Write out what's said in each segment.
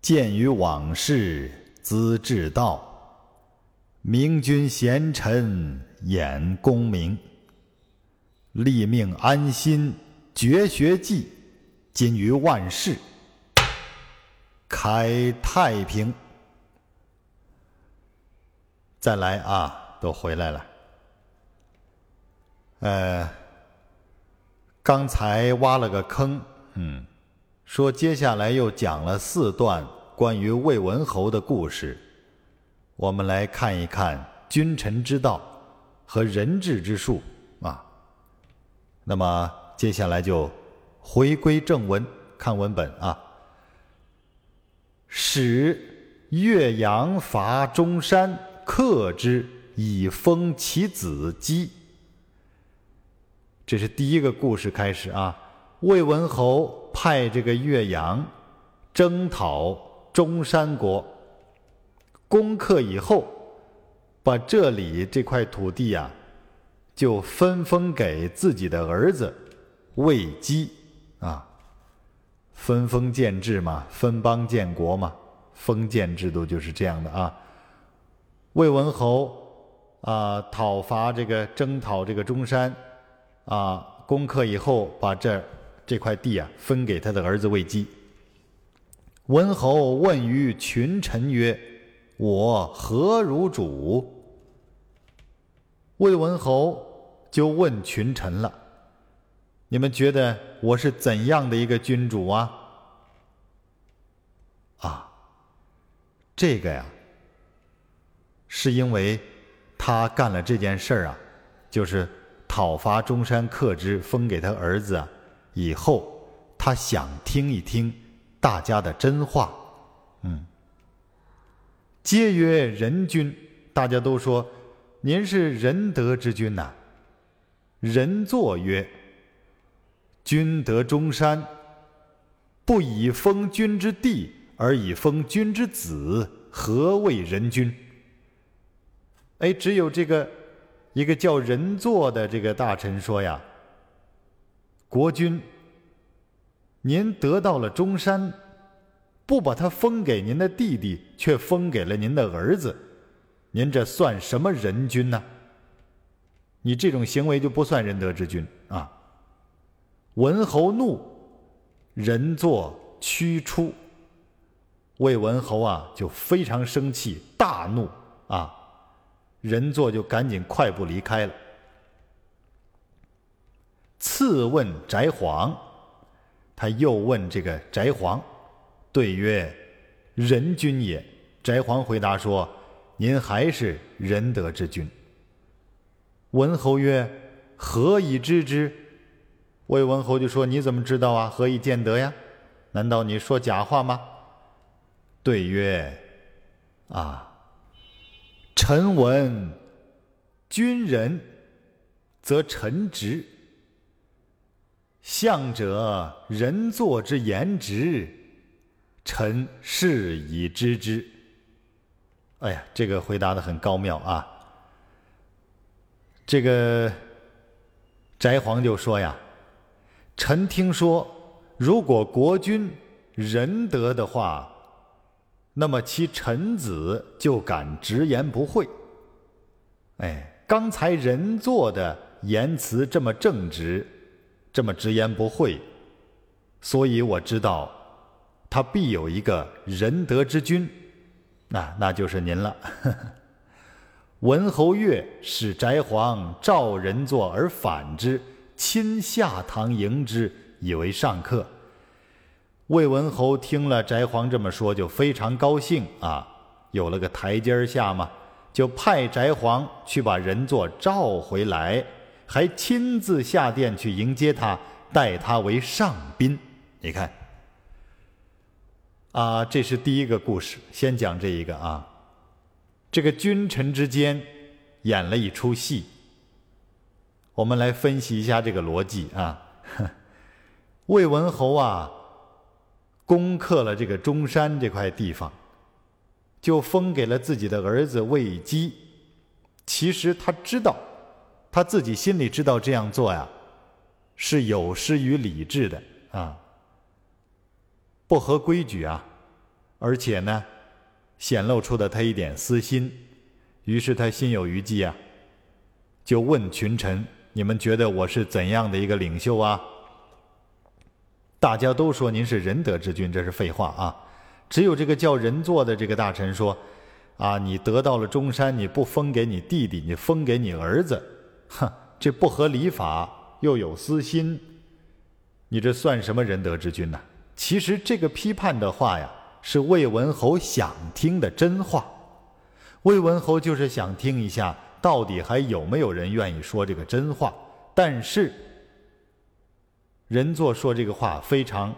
鉴于往事资治道，明君贤臣掩功名。立命安心绝学记，今于万世开太平。再来啊，都回来了。刚才挖了个坑，说接下来又讲了4段关于魏文侯的故事，我们来看一看君臣之道和人治之术啊。那么接下来就回归正文，看文本啊。使岳阳伐中山，克之，以封其子姬。这是第一个故事开始啊。魏文侯派这个岳阳征讨中山国，攻克以后，把这里这块土地啊，就分封给自己的儿子魏姬啊。分封建制嘛，分邦建国嘛，封建制度就是这样的啊。魏文侯讨伐征讨这个中山啊，攻克以后，把这块地啊分给他的儿子魏姬。文侯问于群臣曰：我何如主？魏文侯就问群臣了，你们觉得我是怎样的一个君主啊？这个呀，是因为他干了这件事啊，就是讨伐中山克之，封给他儿子啊，以后他想听一听大家的真话。皆曰仁君，大家都说您是仁德之君呐。人作曰：君得中山，不以封君之弟，而以封君之子，何谓仁君？只有一个叫人作的这个大臣说呀，国君，您得到了中山，不把他封给您的弟弟，却封给了您的儿子，您这算什么仁君呢？你这种行为就不算仁德之君啊！文侯怒，人作驱出。魏文侯啊就非常生气，大怒啊！人作就赶紧快步离开了。次问翟璜，他又问这个翟璜，对曰：仁君也。翟璜回答说：您还是仁德之君。文侯曰：何以知之？魏文侯就说：你怎么知道啊？何以见得呀？难道你说假话吗？对曰：臣闻君仁则臣直，相者人作之言直，臣是以知之。这个回答得很高妙啊。这个翟璜就说呀，臣听说如果国君仁德的话，那么其臣子就敢直言不讳。刚才人作的言辞这么正直，这么直言不讳，所以我知道他必有一个仁德之君，那就是您了。文侯越使翟璜召人作而反之，亲下堂迎之，以为上客。魏文侯听了翟璜这么说，就非常高兴啊，有了个台阶下嘛，就派翟璜去把人作召回来，还亲自下殿去迎接他，待他为上宾。你看这是第一个故事，先讲这一个啊。这个君臣之间演了一出戏，我们来分析一下这个逻辑啊。魏文侯啊攻克了这个中山这块地方，就封给了自己的儿子魏姬。其实他知道，他自己心里知道这样做呀是有失于礼制的啊，不合规矩啊， 而且呢显露出了他一点私心。于是他心有余悸啊，就问群臣，你们觉得我是怎样的一个领袖啊？大家都说您是仁德之君，这是废话啊。只有这个叫人作的这个大臣说啊，你得到了中山，你不封给你弟弟，你封给你儿子，哼，这不合礼法，又有私心，你这算什么仁德之君呢？其实这个批判的话呀，是魏文侯想听的真话。魏文侯就是想听一下，到底还有没有人愿意说这个真话。但是人作说这个话非常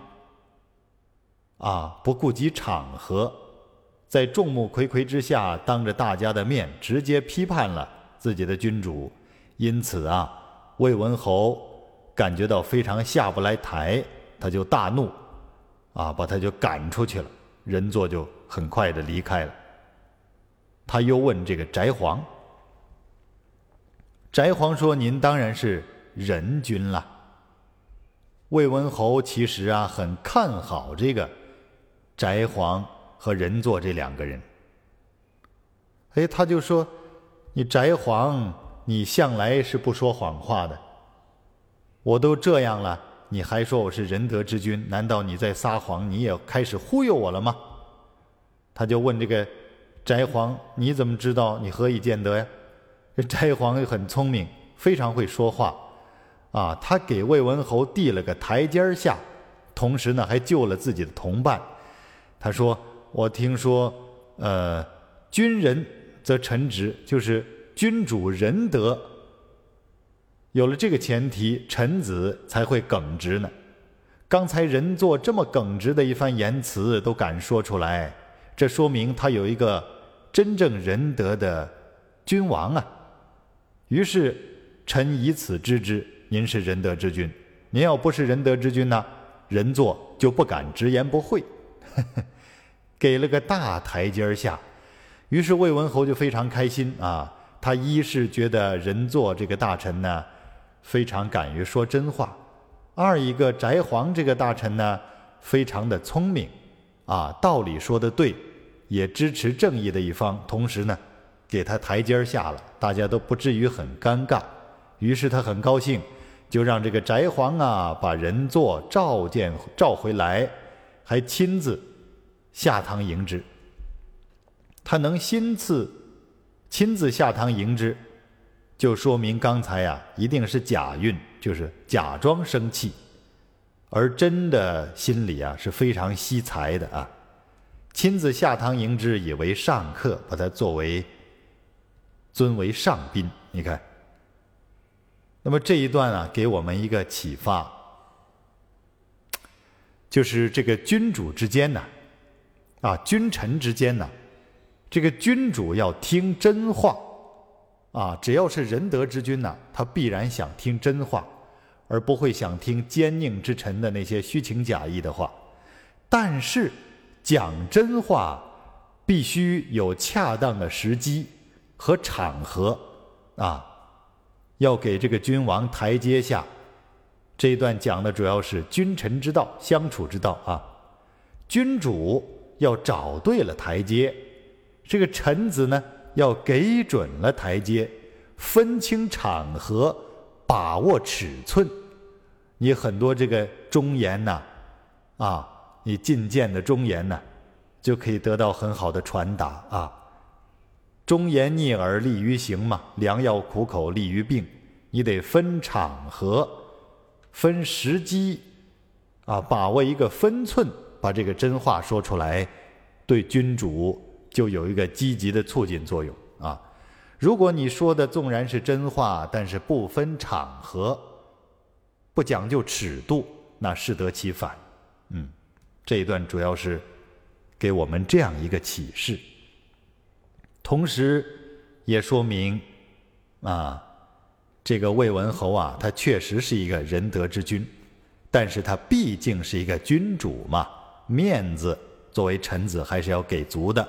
不顾及场合，在众目睽睽之下，当着大家的面直接批判了自己的君主。因此魏文侯感觉到非常下不来台，他就大怒把他就赶出去了。人作就很快的离开了。他又问这个翟璜，翟璜说，您当然是仁君了。魏文侯其实很看好这个翟璜和人作这两个人。他就说，你翟璜你向来是不说谎话的，我都这样了，你还说我是仁德之君，难道你在撒谎，你也开始忽悠我了吗？他就问这个翟璜，你怎么知道？你何以见得呀？这翟璜很聪明，非常会说话他给魏文侯递了个台阶下，同时呢还救了自己的同伴。他说，我听说君仁则臣直，就是君主仁德，有了这个前提，臣子才会耿直呢。刚才人作这么耿直的一番言辞都敢说出来，这说明他有一个真正仁德的君王于是臣以此知之，您是仁德之君。您要不是仁德之君呢，人作就不敢直言不讳给了个大台阶下。于是魏文侯就非常开心他一是觉得人作这个大臣呢非常敢于说真话，二一个翟璜这个大臣呢非常的聪明道理说得对，也支持正义的一方，同时呢给他台阶下了，大家都不至于很尴尬。于是他很高兴，就让这个翟璜把人作召回来，还亲自下堂迎之。他能亲自下堂迎之，就说明刚才一定是假运，就是假装生气，而真的心里是非常惜才的亲自下堂迎之，以为上客，把他尊为上宾。你看，那么这一段给我们一个启发，就是这个君主之间君臣之间这个君主要听真话只要是仁德之君他必然想听真话，而不会想听奸佞之臣的那些虚情假意的话。但是讲真话必须有恰当的时机和场合要给这个君王台阶下。这一段讲的主要是君臣之道，相处之道君主要找对了台阶，这个臣子呢要给准了台阶，分清场合，把握尺寸。你很多这个忠言你进谏的忠言就可以得到很好的传达忠言逆耳利于行嘛，良药苦口利于病。你得分场合，分时机把握一个分寸，把这个真话说出来，对君主就有一个积极的促进作用如果你说的纵然是真话，但是不分场合，不讲究尺度，那适得其反。这一段主要是给我们这样一个启示，同时也说明这个魏文侯他确实是一个仁德之君，但是他毕竟是一个君主嘛，面子作为臣子还是要给足的。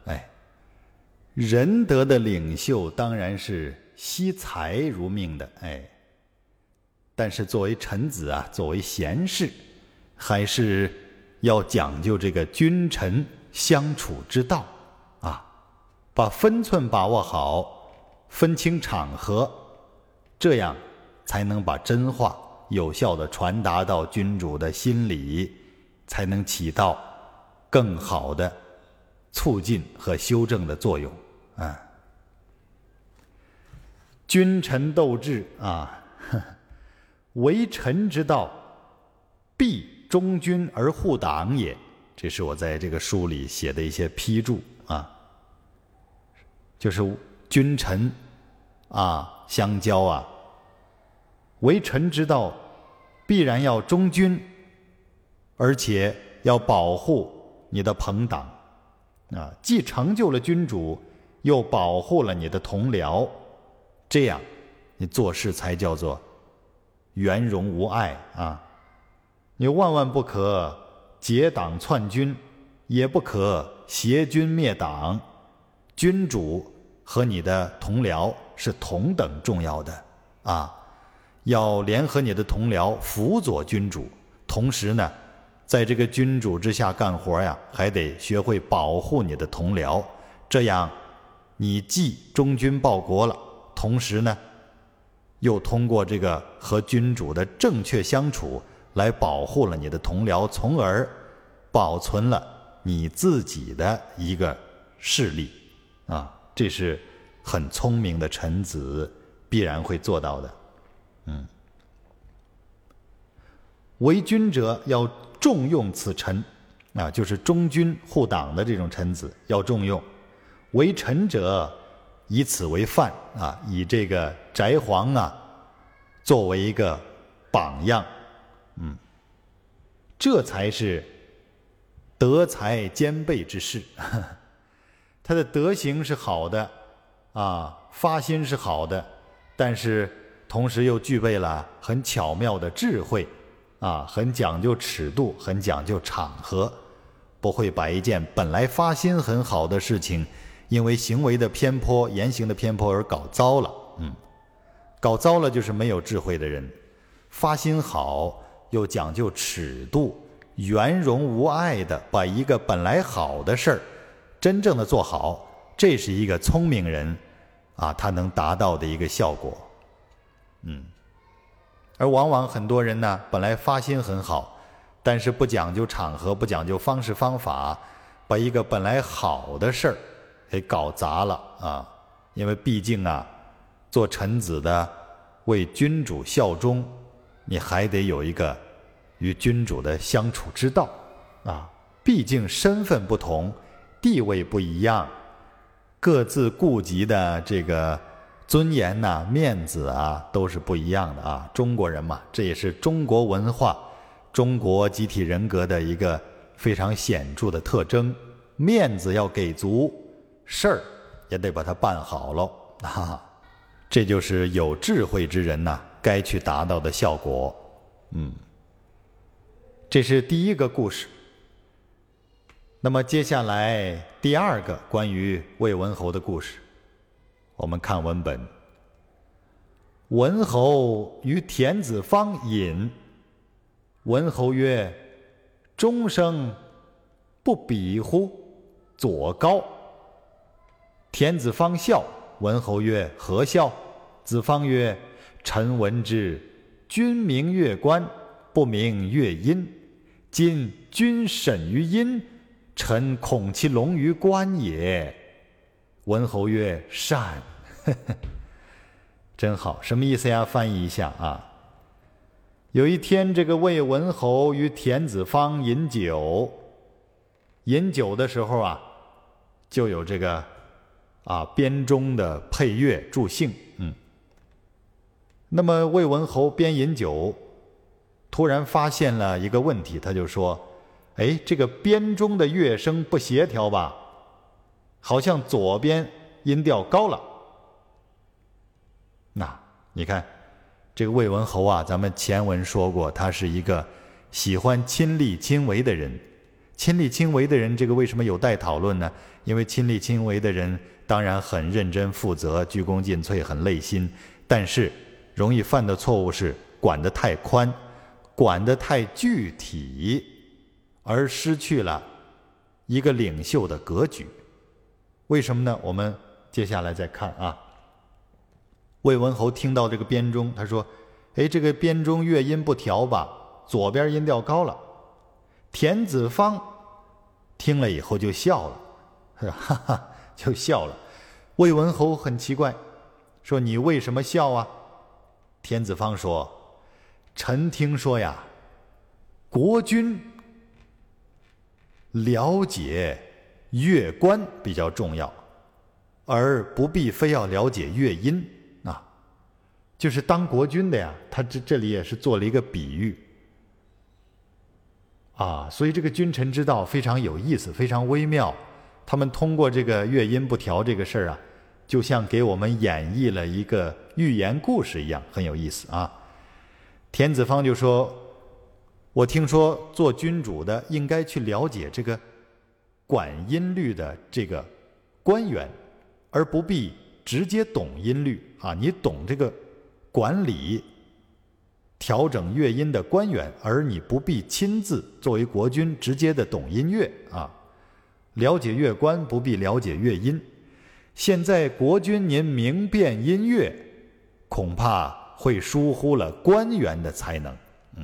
仁德的领袖当然是惜才如命的但是作为臣子作为贤士，还是要讲究这个君臣相处之道啊，把分寸把握好，分清场合，这样才能把真话有效地传达到君主的心里，才能起到更好的促进和修正的作用啊。君臣斗智啊，为臣之道，必忠君而护党也。这是我在这个书里写的一些批注啊，就是君臣啊相交啊，为臣之道必然要忠君，而且要保护你的朋党啊，既成就了君主，又保护了你的同僚，这样你做事才叫做圆融无碍啊。你万万不可结党篡君，也不可挟君灭党。君主和你的同僚是同等重要的啊，要联合你的同僚辅佐君主，同时呢，在这个君主之下干活呀，还得学会保护你的同僚，这样你既忠君报国了，同时呢，又通过这个和君主的正确相处来保护了你的同僚，从而保存了你自己的一个势力啊，这是很聪明的臣子必然会做到的。为君者要重用此臣啊，就是忠君护党的这种臣子要重用。为臣者以此为范啊，以这个翟璜啊作为一个榜样，这才是德才兼备之士。他的德行是好的啊，发心是好的，但是同时又具备了很巧妙的智慧啊，很讲究尺度，很讲究场合，不会把一件本来发心很好的事情，因为行为的偏颇、言行的偏颇而搞糟了。搞糟了就是没有智慧的人。发心好又讲究尺度，圆融无碍的把一个本来好的事儿真正的做好，这是一个聪明人啊他能达到的一个效果。而往往很多人呢，本来发心很好，但是不讲究场合，不讲究方式方法，把一个本来好的事儿给搞砸了啊。因为毕竟啊，做臣子的为君主效忠，你还得有一个与君主的相处之道啊。毕竟身份不同，地位不一样，各自顾及的这个尊严呐、面子啊都是不一样的啊。中国人嘛，这也是中国文化、中国集体人格的一个非常显著的特征。面子要给足，事儿也得把它办好喽啊。这就是有智慧之人呐该去达到的效果。这是第一个故事。那么接下来第二个关于魏文侯的故事，我们看文本。文侯与田子方饮，文侯曰：终生不比乎？左高。田子方笑。文侯曰：何笑？子方曰：臣闻之，君明月关，不明月阴。今君审于阴，臣恐其龙于关也。文侯曰：善。真好，什么意思呀？翻译一下啊。有一天，这个魏文侯与田子方饮酒，饮酒的时候啊，就有这个编钟的配乐助兴。那么魏文侯边饮酒，突然发现了一个问题，他就说：这个编钟的乐声不协调吧，好像左边音调高了。那你看这个魏文侯啊，咱们前文说过，他是一个喜欢亲力亲为的人。亲力亲为的人，这个为什么有待讨论呢？因为亲力亲为的人当然很认真负责，鞠躬尽瘁，很累心，但是容易犯的错误是管得太宽，管得太具体，而失去了一个领袖的格局。为什么呢？我们接下来再看啊。魏文侯听到这个编钟，他说：“哎，这个编钟乐音不调吧，左边音调高了。”田子方听了以后就笑了，哈哈，就笑了。魏文侯很奇怪，说：“你为什么笑啊？”田子方说：“臣听说呀，国君了解乐观比较重要，而不必非要了解乐音啊。就是当国君的呀，他这里也是做了一个比喻啊，所以这个君臣之道非常有意思，非常微妙。他们通过这个乐音不调这个事儿啊，就像给我们演绎了一个寓言故事一样，很有意思啊。田子方就说：“我听说做君主的应该去了解这个管音律的这个官员，而不必直接懂音律啊。你懂这个管理调整乐音的官员，而你不必亲自作为国君直接的懂音乐啊。了解乐官不必了解乐音。现在国君您明辨音乐，恐怕会疏忽了官员的才能。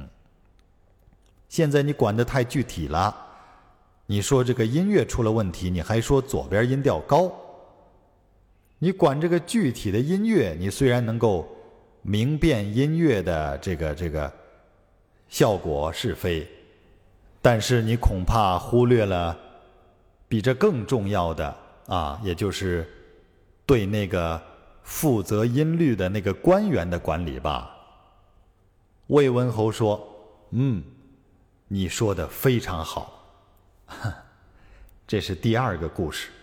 现在你管得太具体了，你说这个音乐出了问题，你还说左边音调高。你管这个具体的音乐，你虽然能够明辨音乐的这个效果是非，但是你恐怕忽略了比这更重要的啊，也就是对那个负责音律的那个官员的管理吧。”魏文侯说：“你说的非常好。”这是第二个故事。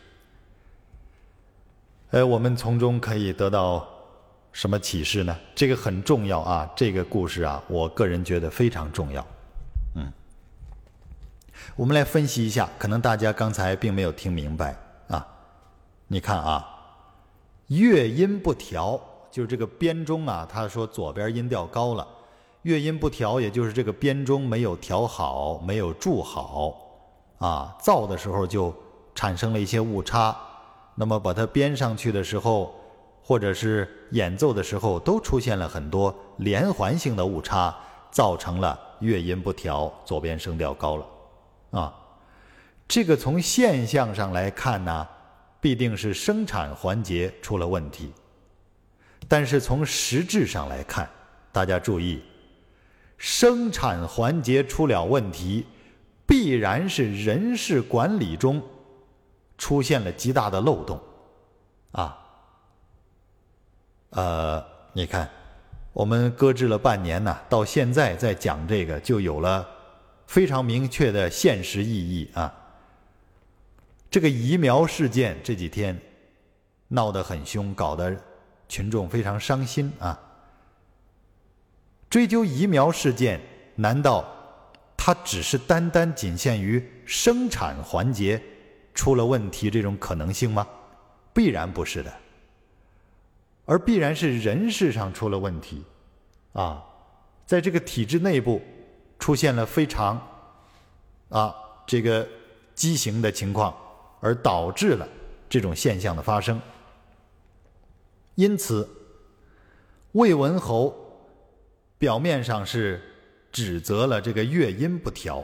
我们从中可以得到什么启示呢？这个很重要啊，这个故事啊，我个人觉得非常重要。我们来分析一下，可能大家刚才并没有听明白啊。你看啊，乐音不调，就是这个编钟啊，他说左边音调高了，乐音不调，也就是这个编钟没有调好，没有筑好啊，造的时候就产生了一些误差。那么把它编上去的时候，或者是演奏的时候，都出现了很多连环性的误差，造成了乐音不调，左边声调高了啊。这个从现象上来看呢，必定是生产环节出了问题。但是从实质上来看，大家注意，生产环节出了问题，必然是人事管理中出现了极大的漏洞啊。你看我们搁置了半年呢，到现在再讲这个，就有了非常明确的现实意义啊。这个移苗事件这几天闹得很凶，搞得群众非常伤心啊。追究移苗事件，难道它只是单单仅限于生产环节出了问题这种可能性吗？必然不是的，而必然是人事上出了问题啊，在这个体制内部出现了非常这个畸形的情况，而导致了这种现象的发生。因此魏文侯表面上是指责了这个乐音不调，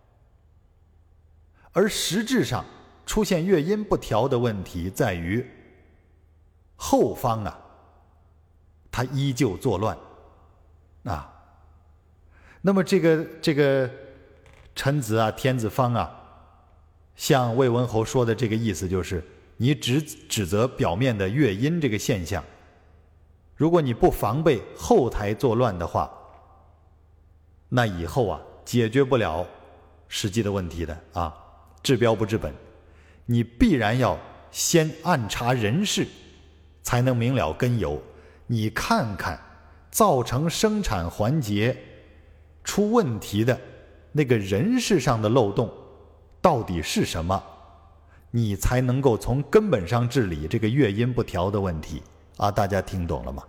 而实质上出现乐音不调的问题在于后方他依旧作乱啊。那么这个臣子田子方向魏文侯说的这个意思就是，你只指责表面的乐音这个现象，如果你不防备后台作乱的话，那以后解决不了实际的问题的治标不治本。你必然要先暗查人事，才能明了根由。你看看造成生产环节出问题的那个人事上的漏洞到底是什么，你才能够从根本上治理这个乐音不调的问题大家听懂了吗？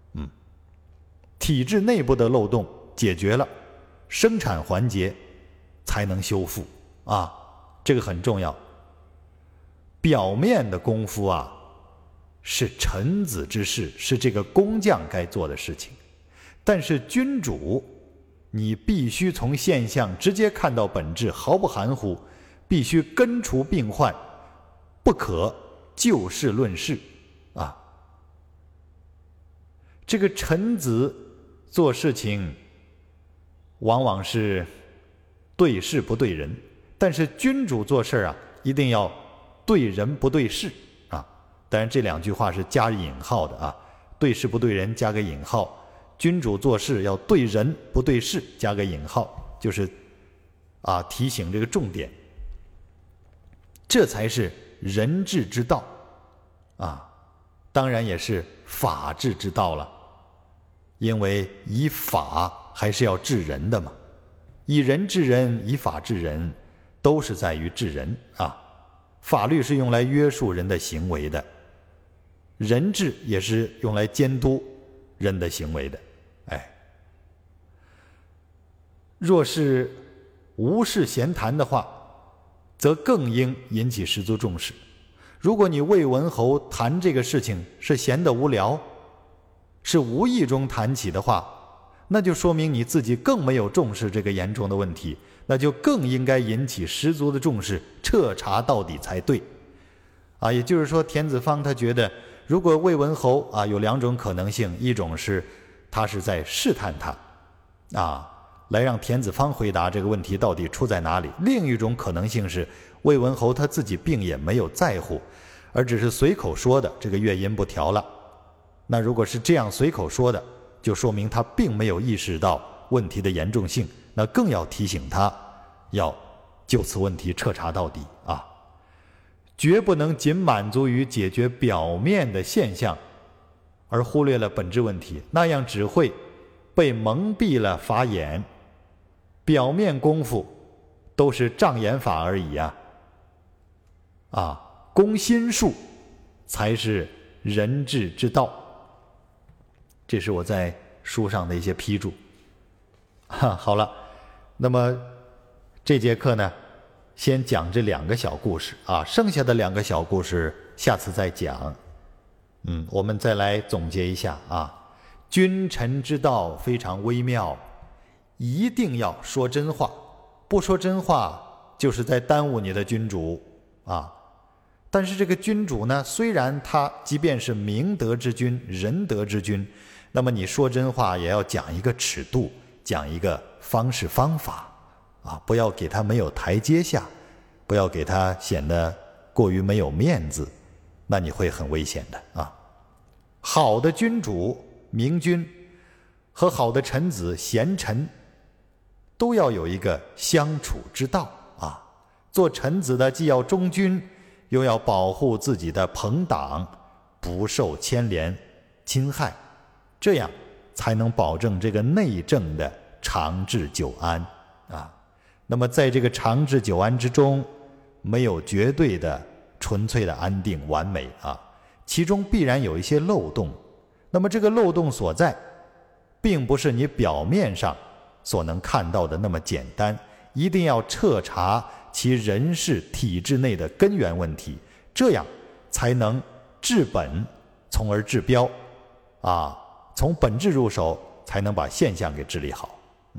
体制内部的漏洞解决了，生产环节才能修复这个很重要。表面的功夫啊，是臣子之事，是这个工匠该做的事情。但是君主，你必须从现象直接看到本质，毫不含糊，必须根除病患，不可就事论事啊。这个臣子做事情往往是对事不对人，但是君主做事啊，一定要对人不对事啊。当然这两句话是加引号的啊，对事不对人加个引号，君主做事要对人不对事加个引号，就是提醒这个重点。这才是人治之道啊，当然也是法治之道了。因为以法还是要治人的嘛，以人治人，以法治人，都是在于治人啊。法律是用来约束人的行为的，人治也是用来监督人的行为的。若是无事闲谈的话，则更应引起十足重视。如果你魏文侯谈这个事情是闲得无聊，是无意中谈起的话，那就说明你自己更没有重视这个严重的问题，那就更应该引起十足的重视，彻查到底才对也就是说，田子方他觉得，如果魏文侯有两种可能性，一种是他是在试探他来让田子方回答这个问题到底出在哪里，另一种可能性是魏文侯他自己并也没有在乎，而只是随口说的这个乐音不调了。那如果是这样随口说的，就说明他并没有意识到问题的严重性，那更要提醒他要就此问题彻查到底绝不能仅满足于解决表面的现象而忽略了本质问题，那样只会被蒙蔽了法眼。表面功夫都是障眼法而已攻心术才是人治之道。这是我在书上的一些批注好了，那么这节课呢，先讲这两个小故事剩下的两个小故事下次再讲。我们再来总结一下君臣之道非常微妙，一定要说真话，不说真话就是在耽误你的君主但是这个君主呢，虽然他即便是明德之君、仁德之君，那么你说真话也要讲一个尺度，讲一个方式方法不要给他没有台阶下，不要给他显得过于没有面子，那你会很危险的好的君主、明君和好的臣子、贤臣都要有一个相处之道做臣子的既要忠君，又要保护自己的朋党不受牵连侵害，这样才能保证这个内政的长治久安那么在这个长治久安之中，没有绝对的纯粹的安定完美其中必然有一些漏洞。那么这个漏洞所在，并不是你表面上所能看到的那么简单，一定要彻查其人事体制内的根源问题，这样才能治本，从而治标从本质入手，才能把现象给治理好。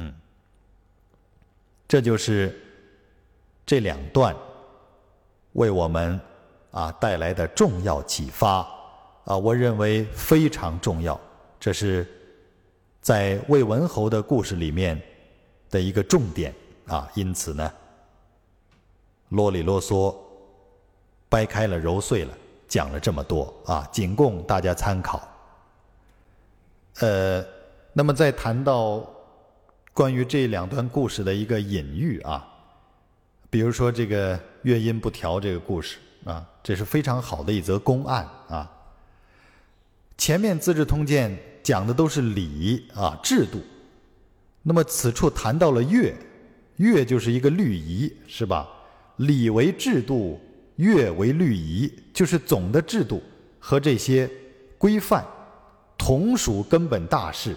这就是这两段为我们带来的重要启发我认为非常重要，这是在魏文侯的故事里面的一个重点因此呢，啰里啰嗦掰开了揉碎了讲了这么多仅供大家参考。那么再谈到关于这两段故事的一个隐喻比如说这个乐音不调这个故事这是非常好的一则公案前面《资治通鉴》讲的都是礼制度，那么此处谈到了乐，乐就是一个律仪，是吧？礼为制度，乐为律仪，就是总的制度和这些规范同属根本大事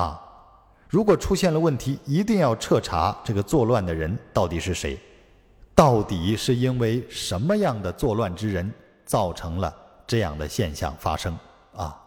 如果出现了问题，一定要彻查这个作乱的人到底是谁， 到底是因为什么样的作乱之人造成了这样的现象发生啊？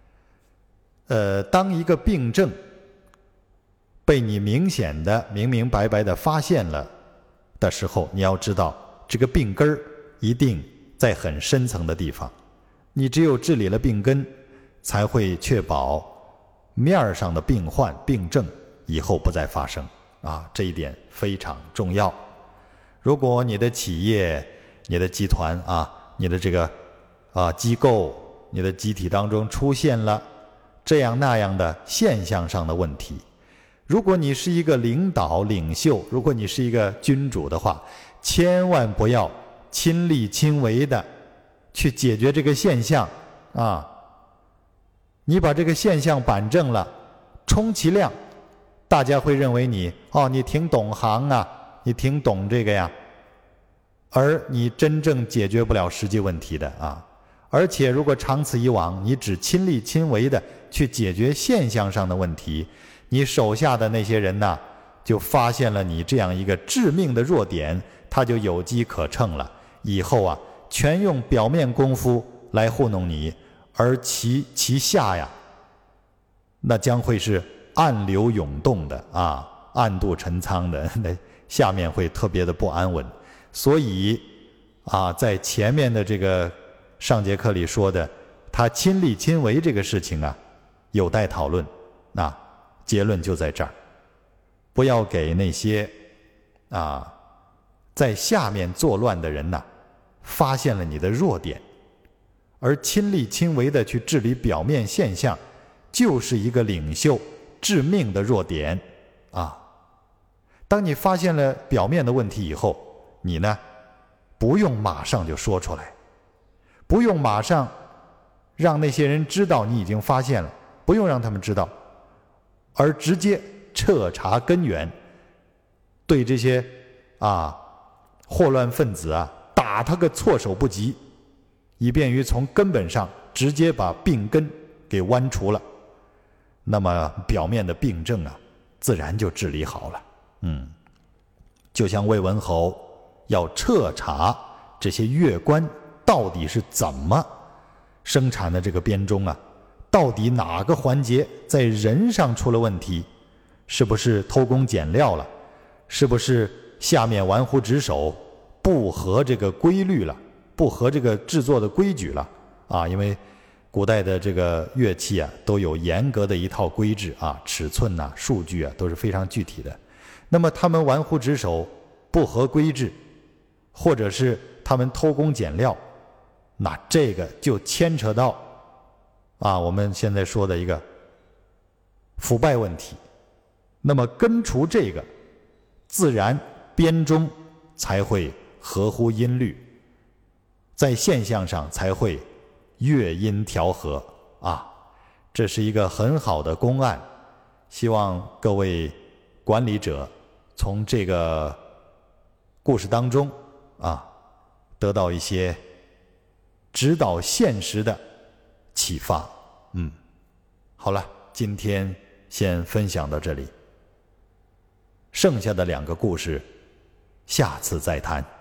当一个病症被你明显的、明明白白的发现了的时候，你要知道这个病根儿一定在很深层的地方。你只有治理了病根，才会确保面上的病患、病症以后不再发生啊，这一点非常重要。如果你的企业、你的集团啊、你的这个机构、你的集体当中出现了这样那样的现象上的问题，如果你是一个领导领袖，如果你是一个君主的话，千万不要亲力亲为的去解决这个现象啊！你把这个现象板正了，充其量大家会认为你你挺懂行啊，你挺懂这个呀，而你真正解决不了实际问题的啊！而且如果长此以往，你只亲力亲为的去解决现象上的问题，你手下的那些人呢，就发现了你这样一个致命的弱点，他就有机可乘了。以后啊，全用表面功夫来糊弄你，而其下呀，那将会是暗流涌动的啊，暗度陈仓的，那下面会特别的不安稳。所以在前面的这个上节课里说的，他亲力亲为这个事情啊，有待讨论。结论就在这儿，不要给那些在下面作乱的人发现了你的弱点，而亲力亲为的去治理表面现象，就是一个领袖致命的弱点当你发现了表面的问题以后，你呢，不用马上就说出来，不用马上让那些人知道你已经发现了，不用让他们知道，而直接彻查根源，对这些祸乱分子打他个措手不及，以便于从根本上直接把病根给剜除了，那么表面的病症自然就治理好了。就像魏文侯要彻查这些乐官到底是怎么生产的这个编钟到底哪个环节在人上出了问题，是不是偷工减料了，是不是下面玩忽职守，不合这个规律了，不合这个制作的规矩了因为古代的这个乐器都有严格的一套规制尺寸数据都是非常具体的。那么他们玩忽职守，不合规制，或者是他们偷工减料，那这个就牵扯到我们现在说的一个腐败问题。那么根除这个，自然编钟才会合乎音律，在现象上才会乐音调和这是一个很好的公案，希望各位管理者从这个故事当中得到一些指导现实的启发。好了，今天先分享到这里，剩下的2个故事下次再谈。